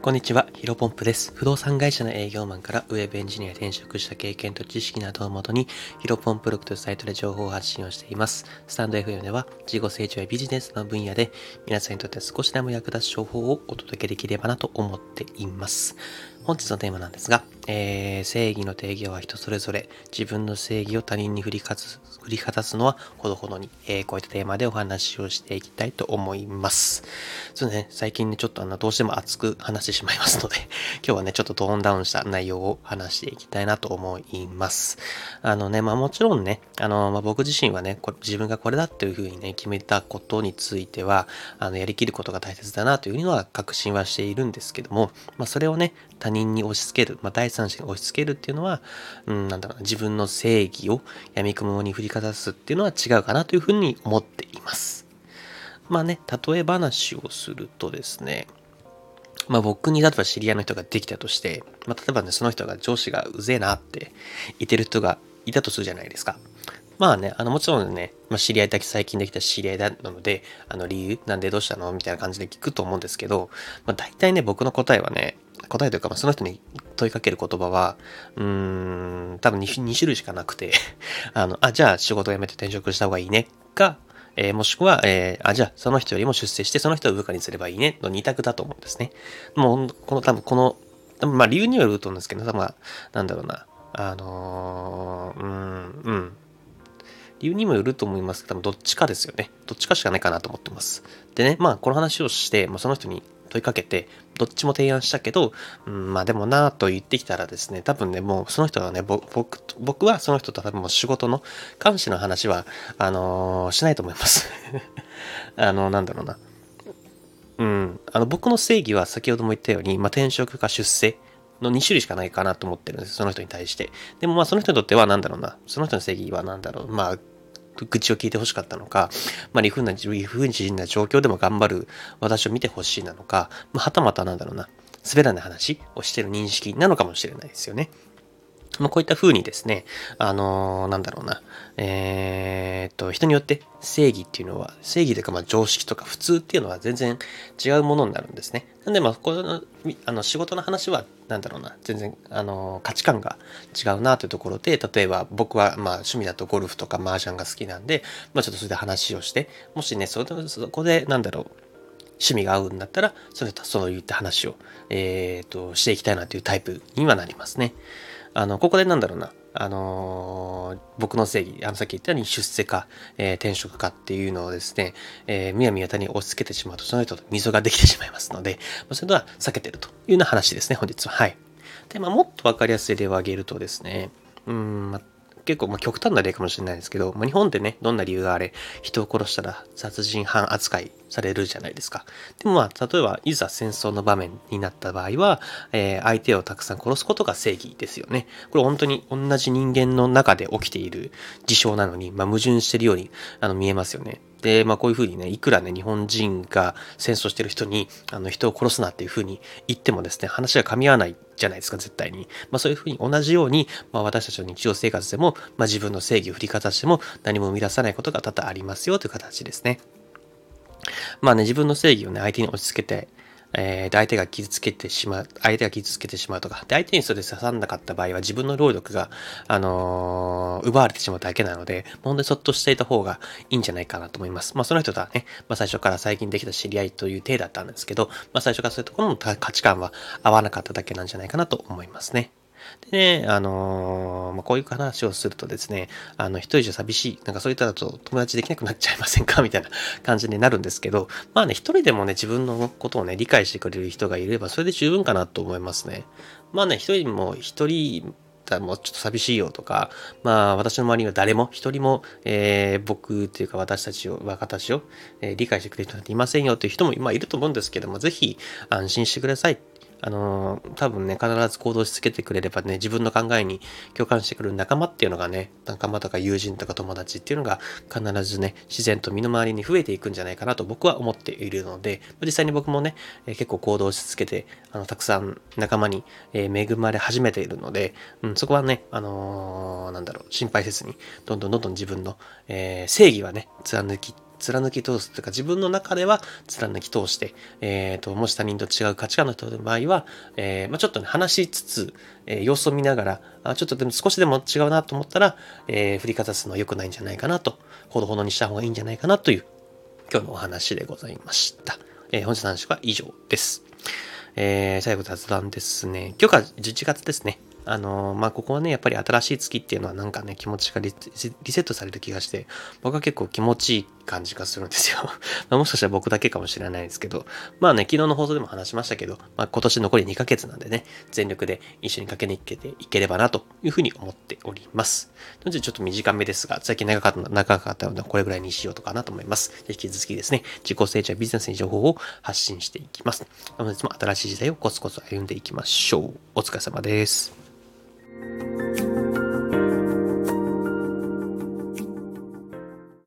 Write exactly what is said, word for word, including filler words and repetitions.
こんにちは、ヒロポンプです。不動産会社の営業マンからウェブエンジニアに転職した経験と知識などをもとに、ヒロポンプログというサイトで情報発信をしています。スタンド エフエム では、自己成長やビジネスの分野で、皆さんにとって少しでも役立つ情報をお届けできればなと思っています。本日のテーマなんですが、えー、正義の定義は人それぞれ、自分の正義を他人に振りかつ振りかざすのはほどほどに、えー、こういったテーマでお話をしていきたいと思います。そうね、最近ね、ちょっとあの、どうしても熱く話してしまいますので、今日はね、ちょっとトーンダウンした内容を話していきたいなと思います。あのね、まあもちろんね、あの、まあ、僕自身はね、こ自分がこれだっていうふうにね、決めたことについては、あの、やりきることが大切だなというふうには確信はしているんですけども、まあそれをね、他人に押し付ける、まあ第三者に押し付けるっていうのは、うん、なんだろうな、自分の正義を闇雲に振りかざすっていうのは違うかなというふうに思っています。まあね、例え話をするとですね、まあ僕に例えば知り合いの人ができたとして、まあ例えばね、その人が上司がうぜえなって言ってる人がいたとするじゃないですか。まあね、あのもちろんね、まあ、知り合いだけ最近できた知り合いなので、あの理由なんでどうしたのみたいな感じで聞くと思うんですけど、まあ大体ね、僕の答えはね、答えというか、まあ、その人に問いかける言葉は、うーん、多分 2, 2種類しかなくて、あの、あ、じゃあ仕事を辞めて転職した方がいいねか、えー、もしくは、えー、あ、じゃあその人よりも出世してその人を部下にすればいいねの二択だと思うんですね。もう、この多分この、多分まあ理由にはよると思うんですけど、多分まあ、なんだろうな、あのー、うーん、うん。理由にもよると思いますけど、多分どっちかですよね。どっちかしかないかなと思ってます。でね、まあこの話をして、まあ、その人に問いかけて、どっちも提案したけど、うん、まあでもなぁと言ってきたらですね、多分ね、もうその人はね、僕、僕はその人と多分もう仕事の監視の話は、あのー、しないと思います。あの、なんだろうな。うん、あの僕の正義は先ほども言ったように、まあ、転職か出世のに種類しかないかなと思ってるんです。その人に対して。でもまあその人にとってはなんだろうな。その人の正義はなんだろう。まあ愚痴を聞いてほしかったのか、まあ、理不尽な、理不尽な状況でも頑張る私を見てほしいなのか、まあ、はたまたなんだろうな、滑らない話をしてる認識なのかもしれないですよね。まあ、こういった風にですね、あのー、なんだろうな、えー、っと、人によって正義っていうのは、正義というかまあ常識とか普通っていうのは全然違うものになるんですね。なんでまあ、この、あの仕事の話は、なんだろうな、全然、あのー、価値観が違うなというところで、例えば僕はまあ趣味だとゴルフとか麻雀が好きなんで、まあちょっとそれで話をして、もしね、そこで、なんだろう、趣味が合うんだったら、それとそういった話を、えー、と、していきたいなというタイプにはなりますね。あの、ここでなんだろうな、あのー、僕の正義、あの、さっき言ったように出世か、えー、転職かっていうのをですね、えー、むやみやたに押し付けてしまうと、その人と溝ができてしまいますので、まあ、それとは避けてるというような話ですね、本日は。はい。で、まあ、もっとわかりやすい例を挙げるとですね、うん、まあ、結構、まあ、極端な例かもしれないですけど、まあ、日本でね、どんな理由があれ、人を殺したら殺人犯扱いされるじゃないですか。でもまあ、例えば、いざ戦争の場面になった場合は、えー、相手をたくさん殺すことが正義ですよね。これ本当に同じ人間の中で起きている事象なのに、まあ、矛盾してるようにあの見えますよね。で、まあこういうふうにね、いくらね、日本人が戦争してる人に、あの、人を殺すなっていうふうに言ってもですね、話が噛み合わないじゃないですか、絶対に。まあそういうふうに同じように、まあ私たちの日常生活でも、まあ自分の正義を振りかざしても何も生み出さないことが多々ありますよという形ですね。まあね、自分の正義をね、相手に押し付けて、えー、相手が傷つけてしまう、相手が傷つけてしまうとか、で、相手にそれで刺さんなかった場合は自分の労力が、あのー、奪われてしまうだけなので、本当にそっとしていた方がいいんじゃないかなと思います。まあ、その人とはね、まあ、最初から最近できた知り合いという体だったんですけど、まあ、最初からそういうところの価値観は合わなかっただけなんじゃないかなと思いますね。でね、あのーまあ、こういう話をするとですね、あの、一人じゃ寂しい、なんかそういっただと友達できなくなっちゃいませんかみたいな感じになるんですけど、まあね、一人でもね、自分のことをね、理解してくれる人がいれば、それで十分かなと思いますね。まあね、一人も一人だもうちょっと寂しいよとか、まあ私の周りには誰も一人も、えー、僕っていうか私たちを、私を、えー、理解してくれる人なんていませんよっていう人も、まあいると思うんですけども、ぜひ安心してください。あのー、多分ね、必ず行動しつけてくれればね、自分の考えに共感してくる仲間っていうのがね、仲間とか友人とか友達っていうのが必ずね、自然と身の回りに増えていくんじゃないかなと僕は思っているので、実際に僕もね、えー、結構行動しつけて、あの、たくさん仲間に、えー、恵まれ始めているので、うん、そこはね、あのー、なんだろう、心配せずに、どんどんどんどん自分の、えー、正義はね、貫き貫き通すというか、自分の中では貫き通して、えっと、もし他人と違う価値観の人の場合は、えー、まあ、ちょっとね、話しつつ、えー、様子を見ながら、あ、ちょっとでも少しでも違うなと思ったら、えー、振りかざすのは良くないんじゃないかなと、ほどほどにした方がいいんじゃないかなという、今日のお話でございました。えー、本日の話は以上です。えー、最後雑談ですね。今日からじゅういちがつですね。あのー、まあ、ここはね、やっぱり新しい月っていうのはなんかね、気持ちがリリセットされる気がして、僕は結構気持ちいい感じがするんですよ。まあもしかしたら僕だけかもしれないですけど、まあね、昨日の放送でも話しましたけど、まあ、今年残りにかげつなんでね、全力で一緒に駆け抜けていければなというふうに思っております。なのでちょっと短めですが、最近長かった長かったので、これぐらいにしようとかなと思います。引き続きですね、自己成長やビジネスに情報を発信していきます。本日も新しい時代をコツコツ歩んでいきましょう。お疲れ様です。